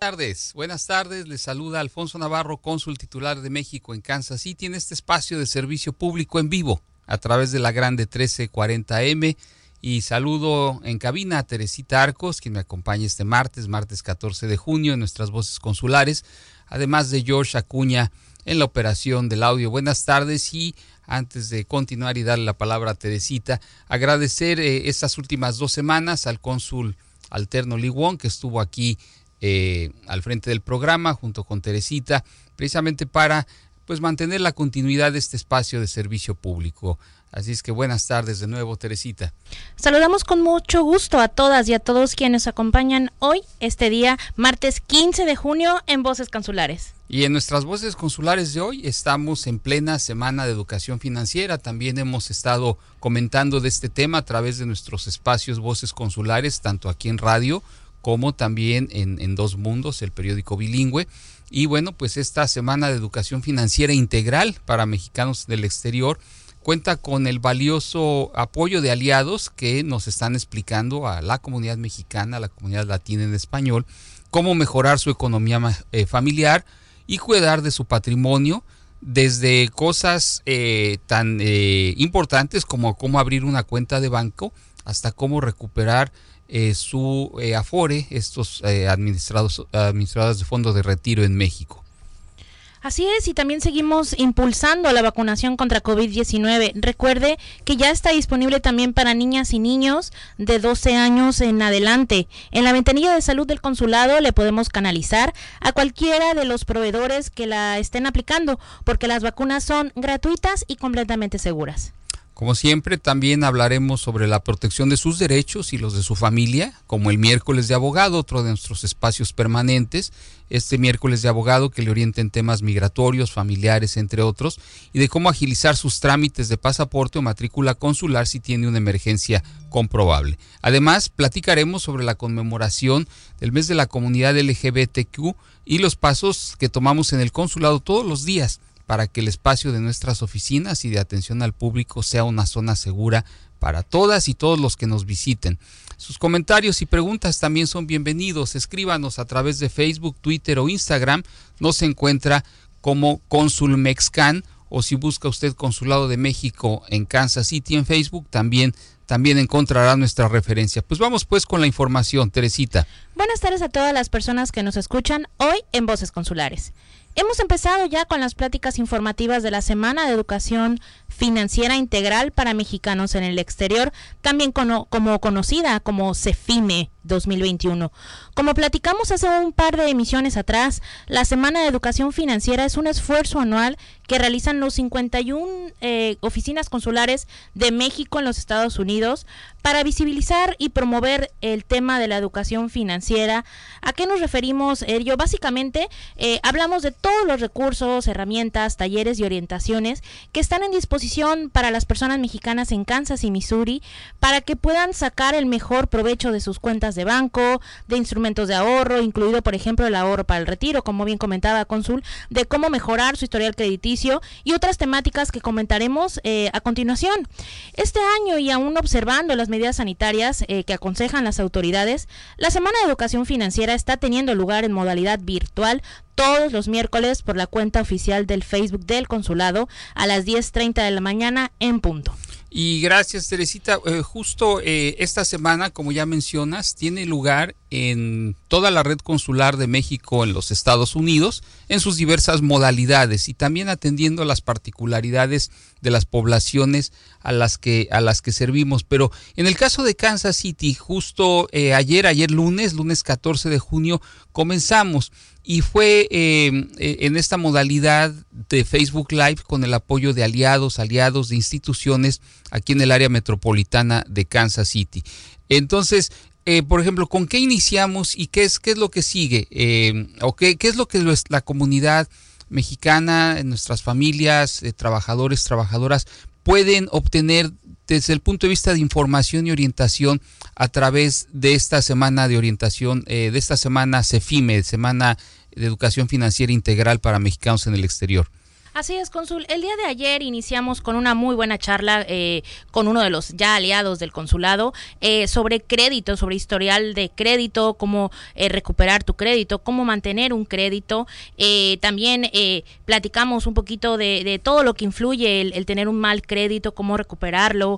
Buenas tardes, les saluda Alfonso Navarro, cónsul titular de México en Kansas City, en este espacio de servicio público en vivo a través de la Grande 1340M, y saludo en cabina a Teresita Arcos, quien me acompaña este martes 14 de junio en nuestras voces consulares, además de George Acuña en la operación del audio. Buenas tardes, y antes de continuar y darle la palabra a Teresita, agradecer estas últimas 2 semanas al cónsul alterno Lee Wong, que estuvo aquí al frente del programa junto con Teresita, precisamente para mantener la continuidad de este espacio de servicio público. Así es que buenas tardes de nuevo, Teresita. Saludamos con mucho gusto a todas y a todos quienes nos acompañan hoy, este día, martes 15 de junio, en Voces Consulares. Y en nuestras Voces Consulares de hoy estamos en plena Semana de Educación Financiera. También hemos estado comentando de este tema a través de nuestros espacios Voces Consulares, tanto aquí en radio como también en Dos Mundos, el periódico bilingüe. Y esta Semana de Educación Financiera Integral para mexicanos del exterior cuenta con el valioso apoyo de aliados que nos están explicando a la comunidad mexicana, a la comunidad latina en español, cómo mejorar su economía familiar y cuidar de su patrimonio, desde cosas tan importantes como cómo abrir una cuenta de banco hasta cómo recuperar su Afore, estos administrados de fondos de retiro en México. Así es, y también seguimos impulsando la vacunación contra COVID-19. Recuerde que ya está disponible también para niñas y niños de 12 años en adelante. En la ventanilla de salud del consulado le podemos canalizar a cualquiera de los proveedores que la estén aplicando, porque las vacunas son gratuitas y completamente seguras. Como siempre, también hablaremos sobre la protección de sus derechos y los de su familia, como el miércoles de abogado, otro de nuestros espacios permanentes, este miércoles de abogado que le orienta en temas migratorios, familiares, entre otros, y de cómo agilizar sus trámites de pasaporte o matrícula consular si tiene una emergencia comprobable. Además, platicaremos sobre la conmemoración del mes de la comunidad LGBTQ y los pasos que tomamos en el consulado todos los días para que el espacio de nuestras oficinas y de atención al público sea una zona segura para todas y todos los que nos visiten. Sus comentarios y preguntas también son bienvenidos. Escríbanos a través de Facebook, Twitter o Instagram. Nos encuentra como Cónsul Mexcan, o si busca usted Consulado de México en Kansas City en Facebook, también encontrará nuestra referencia. Vamos con la información, Teresita. Buenas tardes a todas las personas que nos escuchan hoy en Voces Consulares. Hemos empezado ya con las pláticas informativas de la Semana de Educación Financiera Integral para Mexicanos en el Exterior, también como conocida como CEFIME 2021. Como platicamos hace un par de emisiones atrás, la Semana de Educación Financiera es un esfuerzo anual que realizan los 51 oficinas consulares de México en los Estados Unidos para visibilizar y promover el tema de la educación financiera. ¿A qué nos referimos, Elio? Básicamente, hablamos de todos los recursos, herramientas, talleres y orientaciones que están en disposición para las personas mexicanas en Kansas y Missouri para que puedan sacar el mejor provecho de sus cuentas de banco, de instrumentos de ahorro, incluido por ejemplo el ahorro para el retiro, como bien comentaba Cónsul, de cómo mejorar su historial crediticio y otras temáticas que comentaremos a continuación. Este año, y aún observando las medidas sanitarias que aconsejan las autoridades, la Semana de Educación Financiera está teniendo lugar en modalidad virtual todos los miércoles por la cuenta oficial del Facebook del Consulado a las 10:30 de la mañana en punto. Y gracias, Teresita. Justo esta semana, como ya mencionas, tiene lugar en toda la red consular de México en los Estados Unidos, en sus diversas modalidades y también atendiendo las particularidades de las poblaciones a las que servimos. Pero en el caso de Kansas City, justo ayer lunes 14 de junio, comenzamos. Y fue en esta modalidad de Facebook Live con el apoyo de aliados de instituciones aquí en el área metropolitana de Kansas City. Entonces, por ejemplo, ¿con qué iniciamos y qué es lo que sigue? ¿O qué es lo que la comunidad mexicana, nuestras familias, trabajadores, trabajadoras, pueden obtener desde el punto de vista de información y orientación a través de esta semana de orientación, de esta semana CEFIME, Semana de Educación Financiera Integral para Mexicanos en el Exterior? Así es, cónsul. El día de ayer iniciamos con una muy buena charla con uno de los ya aliados del consulado sobre crédito, sobre historial de crédito, cómo recuperar tu crédito, cómo mantener un crédito. También platicamos un poquito de todo lo que influye el tener un mal crédito, cómo recuperarlo,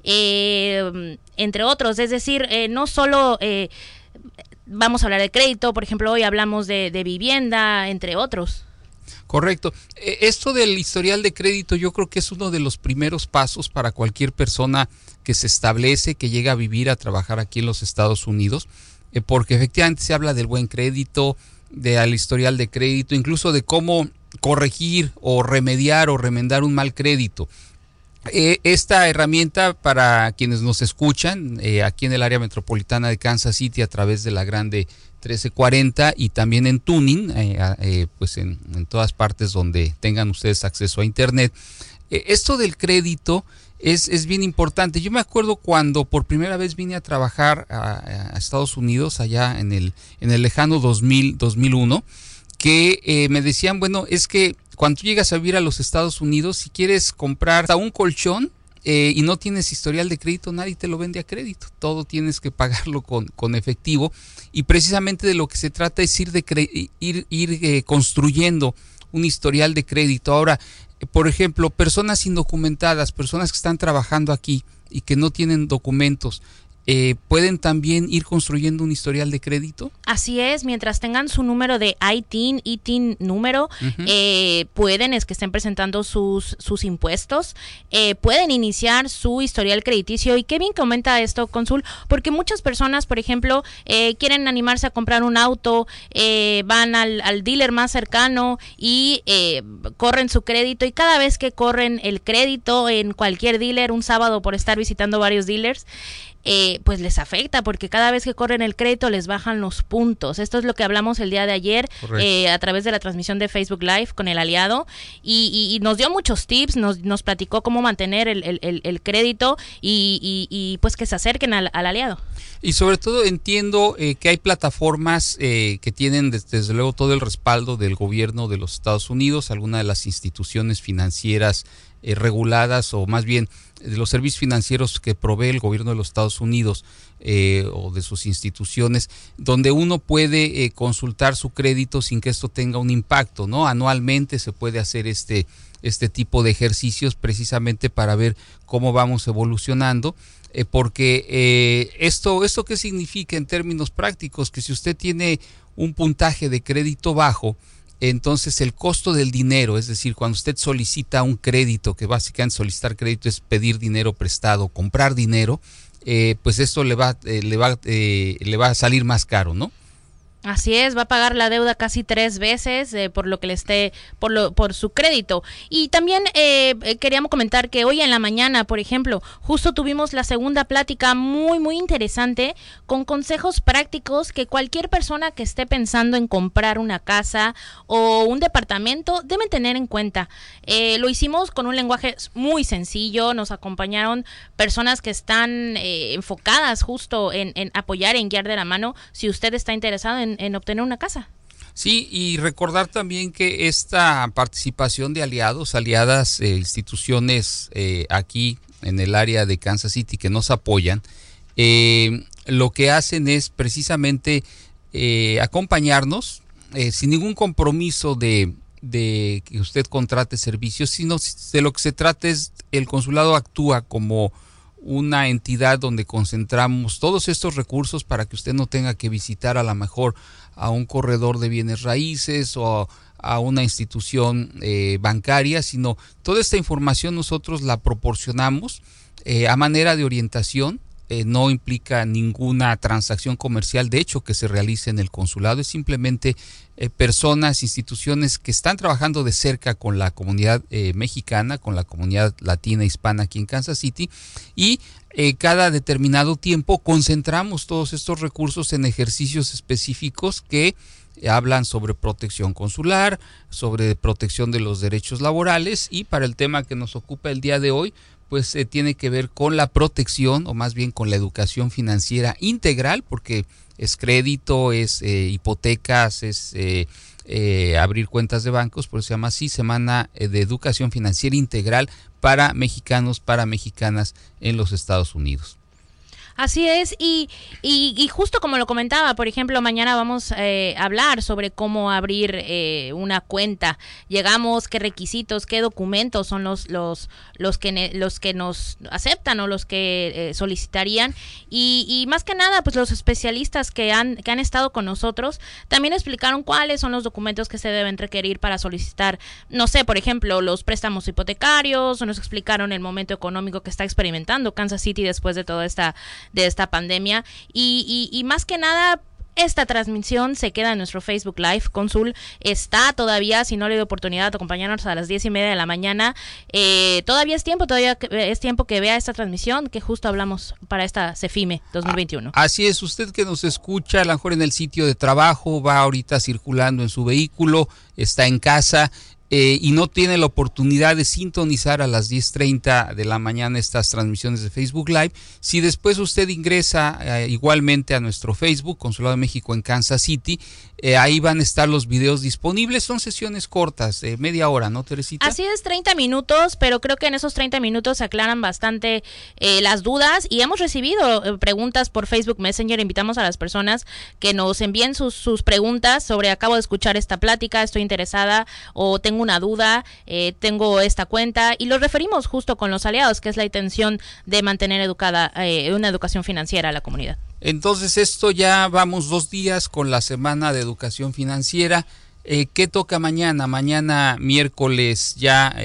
entre otros. Es decir, no solo vamos a hablar de crédito, por ejemplo, hoy hablamos de vivienda, entre otros. Correcto. Esto del historial de crédito yo creo que es uno de los primeros pasos para cualquier persona que se establece, que llega a vivir, a trabajar aquí en los Estados Unidos, porque efectivamente se habla del buen crédito, del historial de crédito, incluso de cómo corregir o remediar o remendar un mal crédito. Esta herramienta, para quienes nos escuchan aquí en el área metropolitana de Kansas City a través de la Grande 1340 y también en Tuning, pues en todas partes donde tengan ustedes acceso a internet. Esto del crédito es bien importante. Yo me acuerdo cuando por primera vez vine a trabajar a Estados Unidos, allá en el lejano 2001, que me decían, bueno, es que cuando tú llegas a vivir a los Estados Unidos, si quieres comprar hasta un colchón y no tienes historial de crédito, nadie te lo vende a crédito, todo tienes que pagarlo con efectivo, y precisamente de lo que se trata es ir construyendo un historial de crédito. Ahora, por ejemplo, personas indocumentadas, personas que están trabajando aquí y que no tienen documentos, ¿pueden también ir construyendo un historial de crédito? Así es, mientras tengan su número de ITIN número, pueden, es que estén presentando sus impuestos, pueden iniciar su historial crediticio. Y qué bien que comenta esto, cónsul, porque muchas personas, por ejemplo, quieren animarse a comprar un auto, van al dealer más cercano y corren su crédito, y cada vez que corren el crédito en cualquier dealer, un sábado por estar visitando varios dealers, pues les afecta, porque cada vez que corren el crédito les bajan los puntos. Esto es lo que hablamos el día de ayer a través de la transmisión de Facebook Live con el aliado, y nos dio muchos tips, nos platicó cómo mantener el crédito y pues que se acerquen al aliado. Y sobre todo entiendo que hay plataformas que tienen desde luego todo el respaldo del gobierno de los Estados Unidos, algunas de las instituciones financieras reguladas, o más bien de los servicios financieros que provee el gobierno de los Estados Unidos o de sus instituciones, donde uno puede consultar su crédito sin que esto tenga un impacto, ¿no? Anualmente se puede hacer este tipo de ejercicios precisamente para ver cómo vamos evolucionando, porque esto ¿qué significa en términos prácticos? Que si usted tiene un puntaje de crédito bajo, entonces el costo del dinero, es decir, cuando usted solicita un crédito, que básicamente solicitar crédito es pedir dinero prestado, comprar dinero, pues esto le va a salir más caro, ¿no? Así es, va a pagar la deuda casi 3 veces por lo que le esté, por su crédito. Y también queríamos comentar que hoy en la mañana, por ejemplo, justo tuvimos la segunda plática muy, muy interesante con consejos prácticos que cualquier persona que esté pensando en comprar una casa o un departamento debe tener en cuenta. Lo hicimos con un lenguaje muy sencillo, nos acompañaron personas que están enfocadas justo en apoyar, en guiar de la mano si usted está interesado en obtener una casa. Sí, y recordar también que esta participación de aliadas, instituciones aquí en el área de Kansas City que nos apoyan, lo que hacen es precisamente acompañarnos sin ningún compromiso de que usted contrate servicios, sino de lo que se trata es el consulado actúa como una entidad donde concentramos todos estos recursos para que usted no tenga que visitar a lo mejor a un corredor de bienes raíces o a una institución bancaria, sino toda esta información nosotros la proporcionamos a manera de orientación. No implica ninguna transacción comercial, de hecho, que se realice en el consulado, es simplemente personas, instituciones que están trabajando de cerca con la comunidad mexicana, con la comunidad latina hispana aquí en Kansas City, y cada determinado tiempo concentramos todos estos recursos en ejercicios específicos que hablan sobre protección consular, sobre protección de los derechos laborales, y para el tema que nos ocupa el día de hoy, pues tiene que ver con la protección, o más bien con la educación financiera integral, porque es crédito, es hipotecas, es abrir cuentas de bancos, por eso se llama así, Semana de Educación Financiera Integral para mexicanos, para mexicanas en los Estados Unidos. Así es, y justo como lo comentaba, por ejemplo, mañana vamos a hablar sobre cómo abrir una cuenta. Llegamos, qué requisitos, qué documentos son los que nos aceptan o los que solicitarían, y más que nada, pues los especialistas que han estado con nosotros también explicaron cuáles son los documentos que se deben requerir para solicitar, no sé, por ejemplo, los préstamos hipotecarios, o nos explicaron el momento económico que está experimentando Kansas City después de toda esta pandemia, y más que nada esta transmisión se queda en nuestro Facebook Live. Cónsul está todavía, si no le dio oportunidad de acompañarnos a las 10:30 de la mañana, todavía es tiempo que vea esta transmisión que justo hablamos para esta CEFIME 2021. Así es, usted que nos escucha, a lo mejor en el sitio de trabajo, va ahorita circulando en su vehículo, está en casa, y no tiene la oportunidad de sintonizar a las 10:30 de la mañana estas transmisiones de Facebook Live. Si después usted ingresa igualmente a nuestro Facebook, Consulado de México en Kansas City, ahí van a estar los videos disponibles. Son sesiones cortas, media hora, ¿no, Teresita? Así es, 30 minutos, pero creo que en esos 30 minutos se aclaran bastante las dudas, y hemos recibido preguntas por Facebook Messenger. Invitamos a las personas que nos envíen sus preguntas sobre: acabo de escuchar esta plática, estoy interesada, o tengo una duda, tengo esta cuenta, y los referimos justo con los aliados, que es la intención de mantener educada una educación financiera a la comunidad. Entonces esto ya vamos 2 días con la Semana de Educación Financiera. ¿Qué toca mañana? Mañana miércoles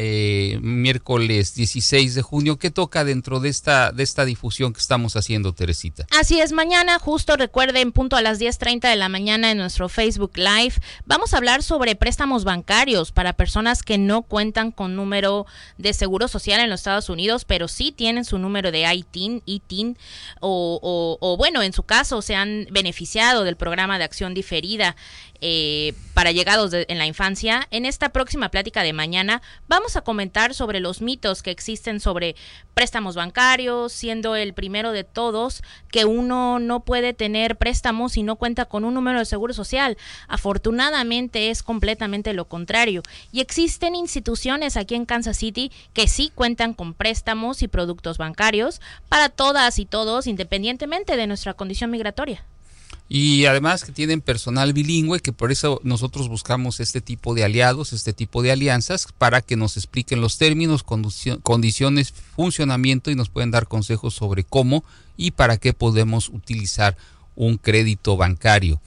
miércoles 16 de junio. ¿Qué toca dentro de esta difusión que estamos haciendo, Teresita? Así es, mañana justo recuerden, punto a las 10:30 de la mañana en nuestro Facebook Live, vamos a hablar sobre préstamos bancarios para personas que no cuentan con número de seguro social en los Estados Unidos, pero sí tienen su número de ITIN, o bueno, en su caso se han beneficiado del programa de acción diferida para llegados en la infancia. En esta próxima plática de mañana vamos a comentar sobre los mitos que existen sobre préstamos bancarios, siendo el primero de todos que uno no puede tener préstamos si no cuenta con un número de seguro social. Afortunadamente es completamente lo contrario, y existen instituciones aquí en Kansas City que sí cuentan con préstamos y productos bancarios para todas y todos, independientemente de nuestra condición migratoria. Y además que tienen personal bilingüe, que por eso nosotros buscamos este tipo de aliados, este tipo de alianzas, para que nos expliquen los términos, condiciones, funcionamiento, y nos pueden dar consejos sobre cómo y para qué podemos utilizar un crédito bancario.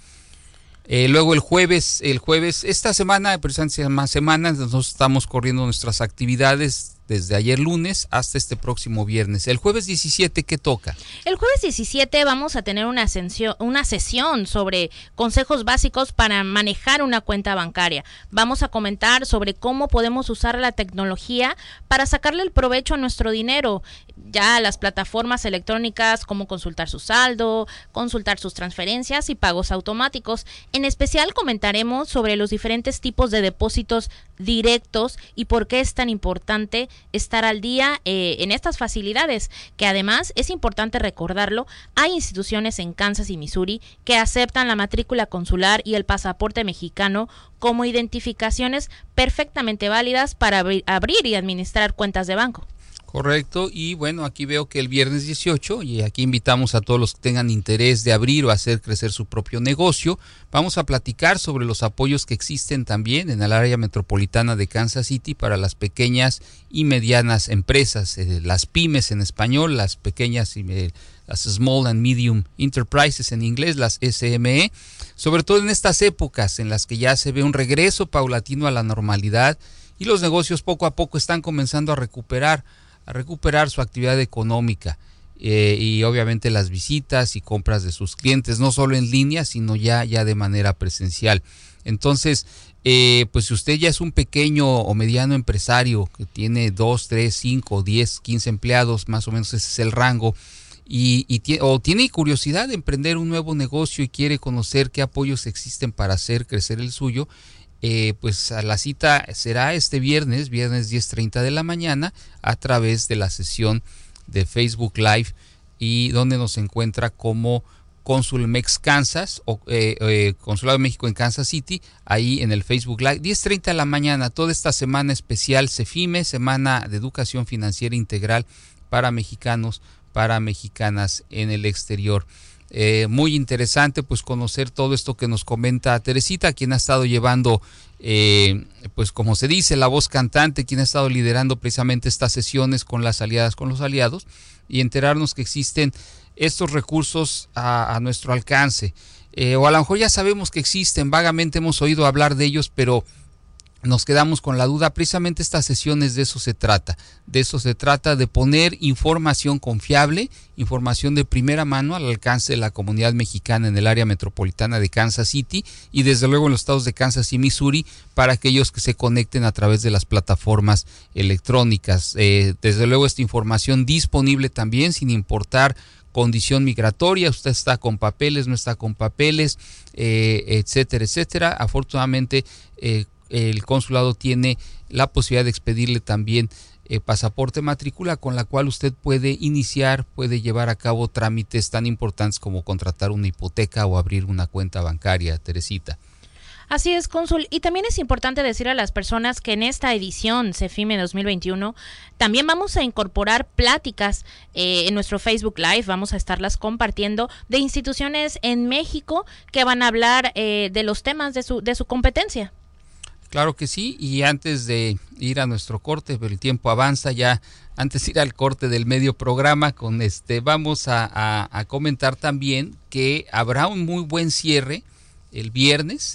Luego el jueves, esta semana, precisamente más semanas, nosotros estamos corriendo nuestras actividades desde ayer lunes hasta este próximo viernes. El jueves 17, ¿qué toca? El jueves 17 vamos a tener una sesión sobre consejos básicos para manejar una cuenta bancaria. Vamos a comentar sobre cómo podemos usar la tecnología para sacarle el provecho a nuestro dinero. Ya las plataformas electrónicas, cómo consultar su saldo, consultar sus transferencias y pagos automáticos. En especial comentaremos sobre los diferentes tipos de depósitos directos y por qué es tan importante estar al día en estas facilidades, que además es importante recordarlo, hay instituciones en Kansas y Missouri que aceptan la matrícula consular y el pasaporte mexicano como identificaciones perfectamente válidas para abrir y administrar cuentas de banco. Correcto, y bueno, aquí veo que el viernes 18, y aquí invitamos a todos los que tengan interés de abrir o hacer crecer su propio negocio, vamos a platicar sobre los apoyos que existen también en el área metropolitana de Kansas City para las pequeñas y medianas empresas, las pymes en español, las pequeñas y las Small and Medium Enterprises en inglés, las SME, sobre todo en estas épocas en las que ya se ve un regreso paulatino a la normalidad y los negocios poco a poco están comenzando a recuperar su actividad económica, y obviamente las visitas y compras de sus clientes, no solo en línea, sino ya de manera presencial. Entonces, pues si usted ya es un pequeño o mediano empresario que tiene 2, 3, 5, 10, 15 empleados, más o menos ese es el rango, o tiene curiosidad de emprender un nuevo negocio y quiere conocer qué apoyos existen para hacer crecer el suyo, pues la cita será este viernes 10:30 de la mañana, a través de la sesión de Facebook Live, y donde nos encuentra como Cónsul Mex Kansas o Consulado de México en Kansas City, ahí en el Facebook Live, 10:30 de la mañana, toda esta semana especial CEFIME, Semana de Educación Financiera Integral para mexicanos, para mexicanas en el exterior. Muy interesante pues conocer todo esto que nos comenta Teresita, quien ha estado llevando, pues como se dice, la voz cantante, quien ha estado liderando precisamente estas sesiones con las aliadas, con los aliados, y enterarnos que existen estos recursos a nuestro alcance, o a lo mejor ya sabemos que existen, vagamente hemos oído hablar de ellos, pero nos quedamos con la duda. Precisamente estas sesiones de eso se trata, de poner información confiable, información de primera mano al alcance de la comunidad mexicana en el área metropolitana de Kansas City, y desde luego en los estados de Kansas y Missouri, para aquellos que se conecten a través de las plataformas electrónicas. Desde luego esta información disponible también sin importar condición migratoria, usted está con papeles, no está con papeles, etcétera, etcétera. Afortunadamente el consulado tiene la posibilidad de expedirle también pasaporte matrícula, con la cual usted puede iniciar, puede llevar a cabo trámites tan importantes como contratar una hipoteca o abrir una cuenta bancaria, Teresita. Así es, cónsul. Y también es importante decir a las personas que en esta edición CEFIME 2021 también vamos a incorporar pláticas en nuestro Facebook Live. Vamos a estarlas compartiendo de instituciones en México que van a hablar de los temas de su competencia. Claro que sí, y antes de ir a nuestro corte, pero el tiempo avanza ya, antes de ir al corte del medio programa, vamos a comentar también que habrá un muy buen cierre el viernes.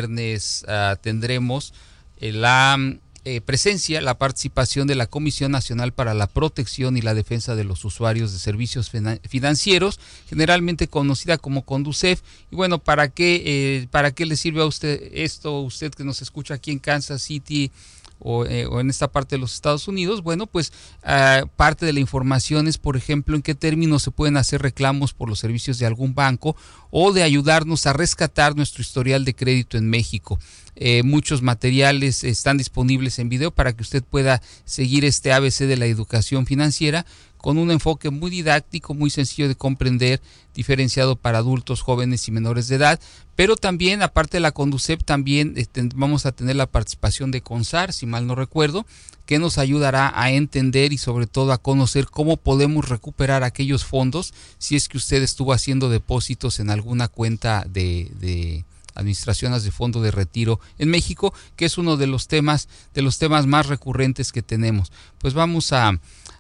Tendremos la presencia, la participación de la Comisión Nacional para la Protección y la Defensa de los Usuarios de Servicios Financieros, generalmente conocida como CONDUCEF. Y bueno, ¿para qué le sirve a usted esto, usted que nos escucha aquí en Kansas City o en esta parte de los Estados Unidos? Bueno, pues parte de la información es, por ejemplo, en qué términos se pueden hacer reclamos por los servicios de algún banco, o de ayudarnos a rescatar nuestro historial de crédito en México. Muchos materiales están disponibles en video para que usted pueda seguir este ABC de la educación financiera, con un enfoque muy didáctico, muy sencillo de comprender, diferenciado para adultos, jóvenes y menores de edad. Pero también, aparte de la CONDUCEF, también vamos a tener la participación de CONSAR, si mal no recuerdo, que nos ayudará a entender y sobre todo a conocer cómo podemos recuperar aquellos fondos si es que usted estuvo haciendo depósitos en alguna cuenta de administraciones de fondo de retiro en México, que es uno de los temas más recurrentes que tenemos. Pues vamos a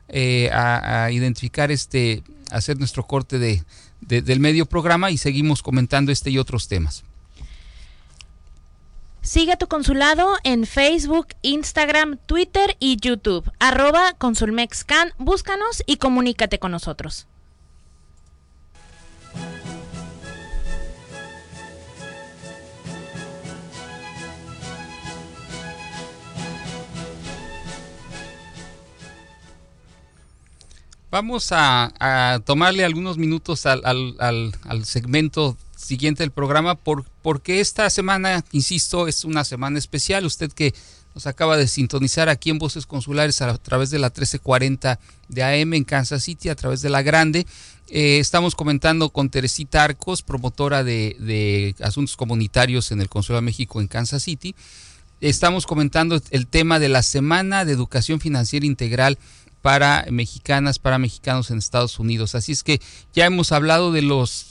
identificar hacer nuestro corte del medio programa, y seguimos comentando y otros temas. Sigue tu consulado en Facebook, Instagram, Twitter y YouTube, @ConsulMexCan. Búscanos y comunícate con nosotros. Vamos a tomarle algunos minutos al segmento siguiente del programa, porque esta semana, insisto, es una semana especial. Usted que nos acaba de sintonizar aquí en Voces Consulares a través de la 1340 de AM en Kansas City, a través de la Grande, estamos comentando con Teresita Arcos, promotora de asuntos comunitarios en el Consulado de México en Kansas City. Estamos comentando el tema de la Semana de Educación Financiera Integral para mexicanas, para mexicanos en Estados Unidos. Así es que ya hemos hablado de los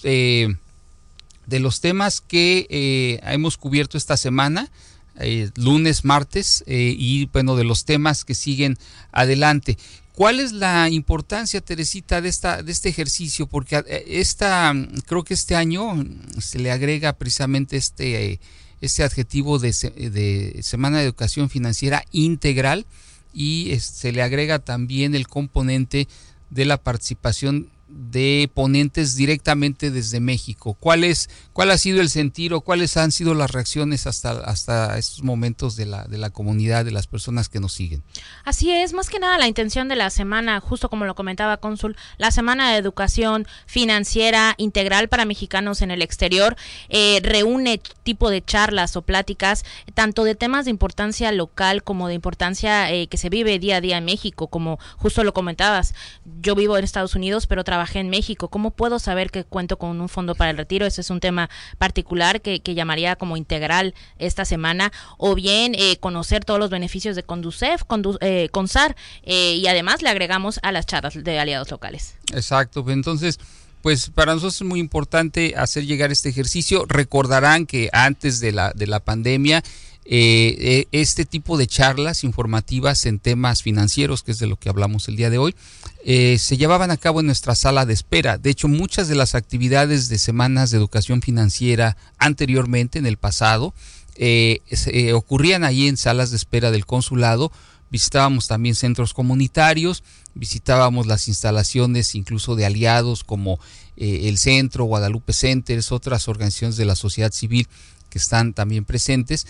temas que hemos cubierto esta semana, lunes, martes, y bueno, de los temas que siguen adelante. ¿Cuál es la importancia, Teresita, de este ejercicio? Porque creo que este año se le agrega precisamente este adjetivo de Semana de Educación Financiera Integral, y se le agrega también el componente de la participación de ponentes directamente desde México. ¿Cuál ha sido el sentir o cuáles han sido las reacciones hasta estos momentos de la comunidad, de las personas que nos siguen? Así es, más que nada la intención de la semana, justo como lo comentaba Cónsul, la Semana de Educación Financiera Integral para Mexicanos en el Exterior, reúne tipo de charlas o pláticas, tanto de temas de importancia local como de importancia que se vive día a día en México, como justo lo comentabas. Yo vivo en Estados Unidos, pero trabajé en México. ¿Cómo puedo saber que cuento con un fondo para el retiro? Ese es un tema particular que llamaría como integral esta semana. O bien conocer todos los beneficios de Conducef, CONSAR, y además le agregamos a las charlas de aliados locales. Exacto. Entonces, pues para nosotros es muy importante hacer llegar este ejercicio. Recordarán que antes de la pandemia, este tipo de charlas informativas en temas financieros, que es de lo que hablamos el día de hoy, se llevaban a cabo en nuestra sala de espera. De hecho, muchas de las actividades de semanas de educación financiera anteriormente, en el pasado, ocurrían ahí en salas de espera del consulado. Visitábamos también centros comunitarios, visitábamos las instalaciones incluso de aliados como el Centro, Guadalupe Centers, otras organizaciones de la sociedad civil que están también presentes,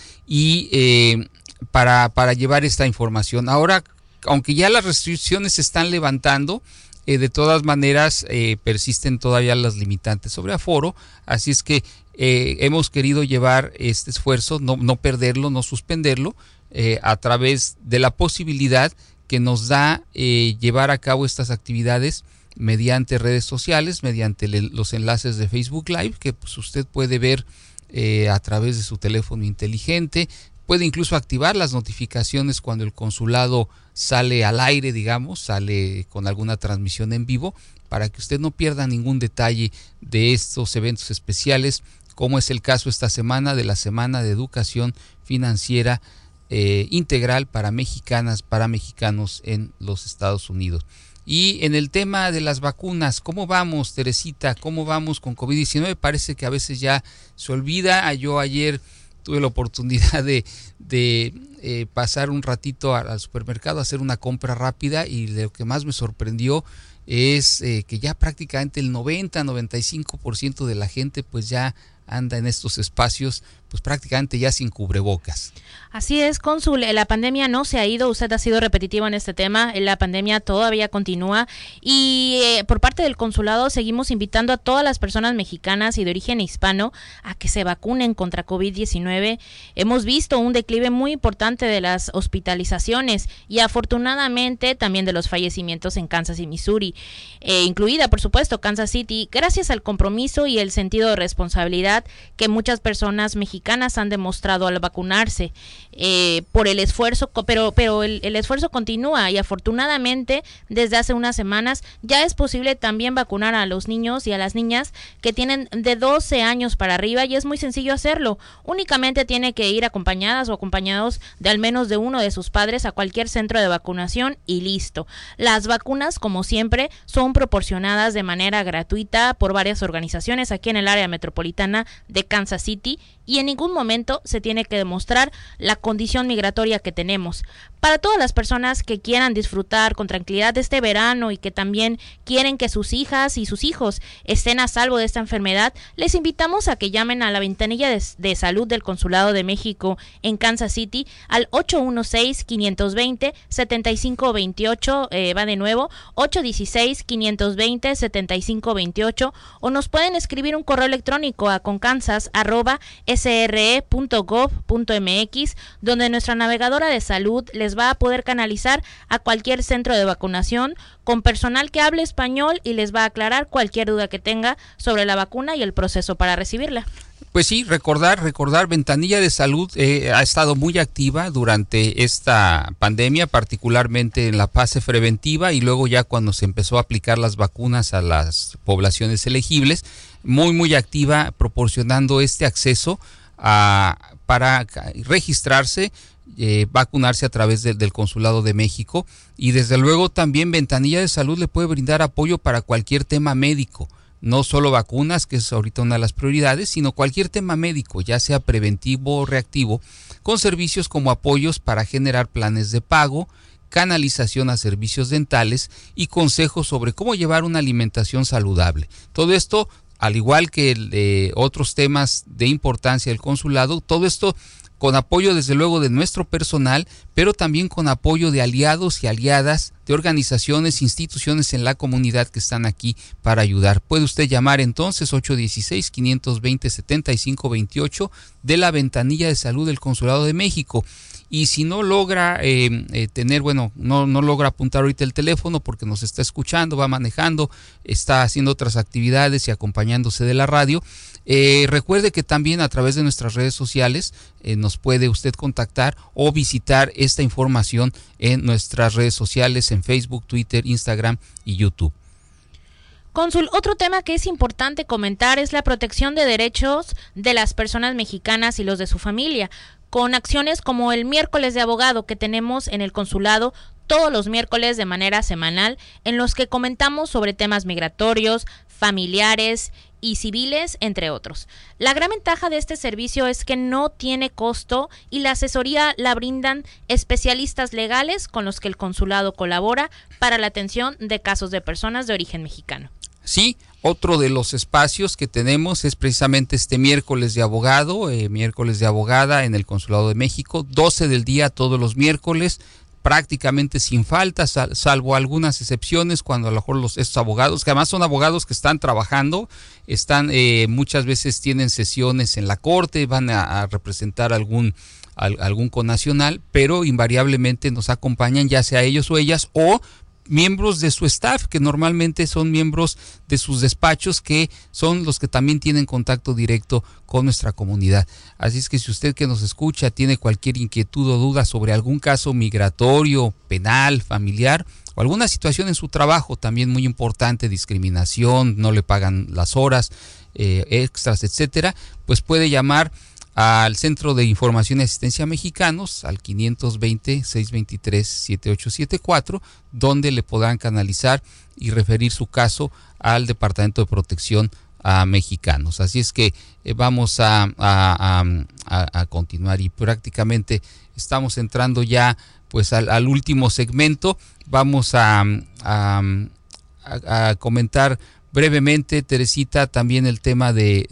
y para llevar esta información. Ahora, aunque ya las restricciones se están levantando, de todas maneras persisten todavía las limitantes sobre aforo, así es que hemos querido llevar este esfuerzo, no perderlo, no suspenderlo, a través de la posibilidad que nos da llevar a cabo estas actividades mediante redes sociales, mediante los enlaces de Facebook Live, que pues usted puede ver a través de su teléfono inteligente. Puede incluso activar las notificaciones cuando el consulado sale al aire, sale con alguna transmisión en vivo, para que usted no pierda ningún detalle de estos eventos especiales, como es el caso esta semana de la Semana de Educación Financiera Integral para mexicanas, para mexicanos en los Estados Unidos. Y en el tema de las vacunas, ¿cómo vamos, Teresita? ¿Cómo vamos con COVID-19? Parece que a veces ya se olvida. Yo ayer tuve la oportunidad de pasar un ratito al supermercado a hacer una compra rápida, y lo que más me sorprendió es que ya prácticamente el 90-95% de la gente pues ya anda en estos espacios pues prácticamente ya sin cubrebocas. Así es, Cónsul, la pandemia no se ha ido, usted ha sido repetitivo en este tema, la pandemia todavía continúa, y por parte del consulado seguimos invitando a todas las personas mexicanas y de origen hispano a que se vacunen contra COVID-19. Hemos visto un declive muy importante de las hospitalizaciones y afortunadamente también de los fallecimientos en Kansas y Missouri, incluida por supuesto Kansas City, gracias al compromiso y el sentido de responsabilidad que muchas personas mexicanas han demostrado al vacunarse, por el esfuerzo, pero el esfuerzo continúa, y afortunadamente desde hace unas semanas ya es posible también vacunar a los niños y a las niñas que tienen de 12 años para arriba, y es muy sencillo hacerlo. Únicamente tiene que ir acompañadas o acompañados de al menos de uno de sus padres a cualquier centro de vacunación y listo. Las vacunas, como siempre, son proporcionadas de manera gratuita por varias organizaciones aquí en el área metropolitana de Kansas City, y en ningún momento se tiene que demostrar la condición migratoria que tenemos. Para todas las personas que quieran disfrutar con tranquilidad de este verano y que también quieren que sus hijas y sus hijos estén a salvo de esta enfermedad, les invitamos a que llamen a la ventanilla de salud del Consulado de México en Kansas City al 816-520-7528, va de nuevo, 816-520-7528, o nos pueden escribir un correo electrónico a concansas@sre.gov.mx, donde nuestra navegadora de salud les va a poder canalizar a cualquier centro de vacunación con personal que hable español y les va a aclarar cualquier duda que tenga sobre la vacuna y el proceso para recibirla. Pues sí, recordar, Ventanilla de Salud ha estado muy activa durante esta pandemia, particularmente en la fase preventiva, y luego ya cuando se empezó a aplicar las vacunas a las poblaciones elegibles, muy activa proporcionando este acceso para registrarse, vacunarse a través del Consulado de México, y desde luego también Ventanilla de Salud le puede brindar apoyo para cualquier tema médico. No solo vacunas, que es ahorita una de las prioridades, sino cualquier tema médico, ya sea preventivo o reactivo, con servicios como apoyos para generar planes de pago, canalización a servicios dentales y consejos sobre cómo llevar una alimentación saludable. Todo esto, al igual que otros temas de importancia del consulado, todo esto con apoyo desde luego de nuestro personal, pero también con apoyo de aliados y aliadas, de organizaciones, instituciones en la comunidad que están aquí para ayudar. Puede usted llamar entonces 816-520-7528 de la ventanilla de salud del Consulado de México. Y si no logra no logra apuntar ahorita el teléfono porque nos está escuchando, va manejando, está haciendo otras actividades y acompañándose de la radio, recuerde que también a través de nuestras redes sociales nos puede usted contactar o visitar esta información en nuestras redes sociales, en Facebook, Twitter, Instagram y YouTube. Cónsul, otro tema que es importante comentar es la protección de derechos de las personas mexicanas y los de su familia, con acciones como el miércoles de abogado que tenemos en el consulado todos los miércoles de manera semanal, en los que comentamos sobre temas migratorios, familiares y civiles, entre otros. La gran ventaja de este servicio es que no tiene costo y la asesoría la brindan especialistas legales con los que el consulado colabora para la atención de casos de personas de origen mexicano. Sí, otro de los espacios que tenemos es precisamente este miércoles de abogado, miércoles de abogada en el Consulado de México, 12 del día todos los miércoles, prácticamente sin falta, salvo algunas excepciones cuando a lo mejor estos abogados, que además son abogados que están trabajando, muchas veces tienen sesiones en la corte, van a representar algún connacional, pero invariablemente nos acompañan ya sea ellos o ellas o miembros de su staff, que normalmente son miembros de sus despachos, que son los que también tienen contacto directo con nuestra comunidad. Así es que si usted que nos escucha tiene cualquier inquietud o duda sobre algún caso migratorio, penal, familiar o alguna situación en su trabajo, también muy importante, discriminación, no le pagan las horas extras, etcétera, pues puede llamar al Centro de Información y Asistencia Mexicanos, al 520-623-7874, donde le podrán canalizar y referir su caso al Departamento de Protección a Mexicanos. Así es que vamos a continuar y prácticamente estamos entrando ya pues al último segmento. Vamos a comentar brevemente, Teresita, también el tema de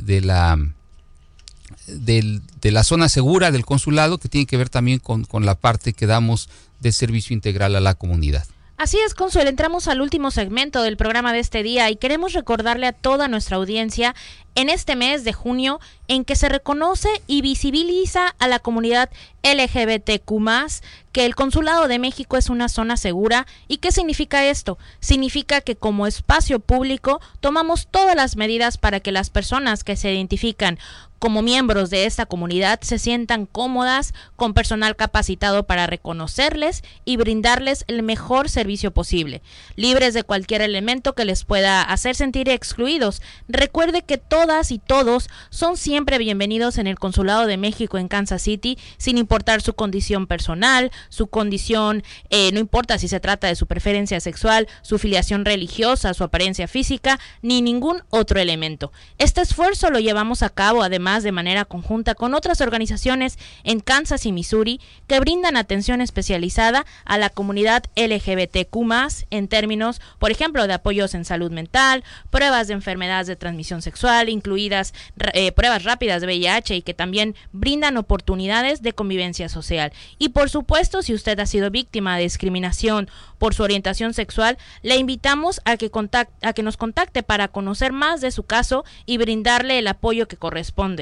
la zona segura del consulado, que tiene que ver también con la parte que damos de servicio integral a la comunidad. Así es, Cónsul, entramos al último segmento del programa de este día y queremos recordarle a toda nuestra audiencia en este mes de junio en que se reconoce y visibiliza a la comunidad LGBTQ+, que el Consulado de México es una zona segura. ¿Y qué significa esto? Significa que como espacio público tomamos todas las medidas para que las personas que se identifican como miembros de esta comunidad se sientan cómodas, con personal capacitado para reconocerles y brindarles el mejor servicio posible, libres de cualquier elemento que les pueda hacer sentir excluidos. Recuerde que todas y todos son siempre bienvenidos en el Consulado de México en Kansas City, sin importar su condición personal, su condición, no importa si se trata de su preferencia sexual, su filiación religiosa, su apariencia física, ni ningún otro elemento. Este esfuerzo lo llevamos a cabo además de manera conjunta con otras organizaciones en Kansas y Missouri que brindan atención especializada a la comunidad LGBTQ+, en términos, por ejemplo, de apoyos en salud mental, pruebas de enfermedades de transmisión sexual, incluidas pruebas rápidas de VIH, y que también brindan oportunidades de convivencia social. Y por supuesto, si usted ha sido víctima de discriminación por su orientación sexual, le invitamos a que nos contacte para conocer más de su caso y brindarle el apoyo que corresponda.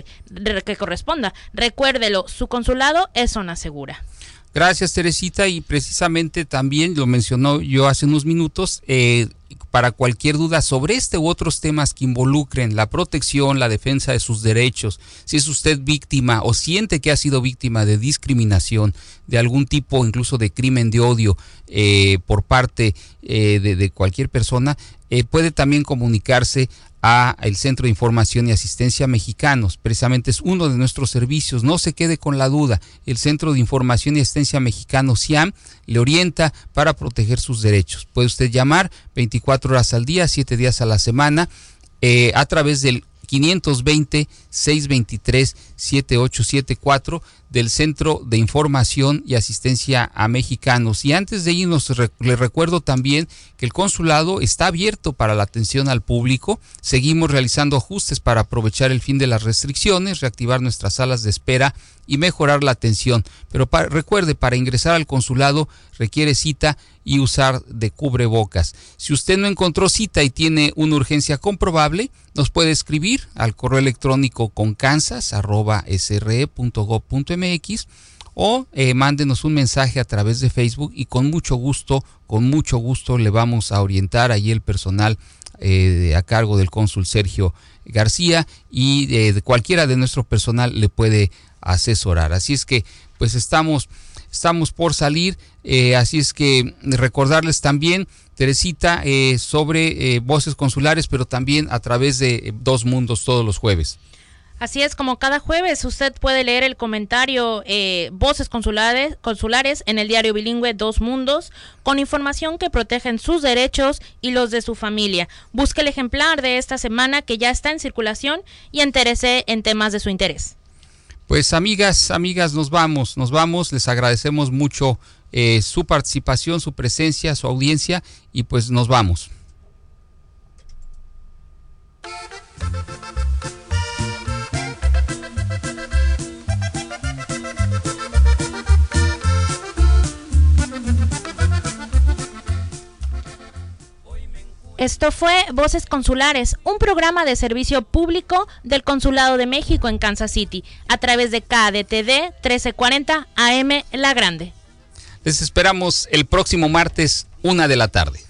Recuérdelo, su consulado es zona segura. Gracias, Teresita, y precisamente también lo mencionó yo hace unos minutos, para cualquier duda sobre este u otros temas que involucren la protección, la defensa de sus derechos, si es usted víctima o siente que ha sido víctima de discriminación, de algún tipo incluso de crimen de odio por parte de cualquier persona, puede también comunicarse a el Centro de Información y Asistencia Mexicanos. Precisamente es uno de nuestros servicios. No se quede con la duda. El Centro de Información y Asistencia Mexicanos, CIAM, le orienta para proteger sus derechos. Puede usted llamar 24 horas al día, 7 días a la semana, a través del 520-623-7874 del Centro de Información y Asistencia a Mexicanos. Y antes de irnos, les recuerdo también que el consulado está abierto para la atención al público. Seguimos realizando ajustes para aprovechar el fin de las restricciones, reactivar nuestras salas de espera y mejorar la atención. Pero recuerde, para ingresar al consulado requiere cita y usar de cubrebocas. Si usted no encontró cita y tiene una urgencia comprobable, nos puede escribir al correo electrónico conkansas@sre.gov.mx o mándenos un mensaje a través de Facebook y con mucho gusto le vamos a orientar ahí el personal a cargo del cónsul Sergio García y de cualquiera de nuestro personal le puede asesorar. Así es que pues estamos por salir, así es que recordarles también, Teresita, sobre Voces Consulares, pero también a través de Dos Mundos todos los jueves. Así es, como cada jueves usted puede leer el comentario Voces Consulares en el diario bilingüe Dos Mundos, con información que protegen sus derechos y los de su familia. Busque el ejemplar de esta semana que ya está en circulación y entérese en temas de su interés. Pues amigas, nos vamos, les agradecemos mucho su participación, su presencia, su audiencia y pues nos vamos. Esto fue Voces Consulares, un programa de servicio público del Consulado de México en Kansas City, a través de KDTD 1340 AM La Grande. Les esperamos el próximo martes, 1:00 p.m.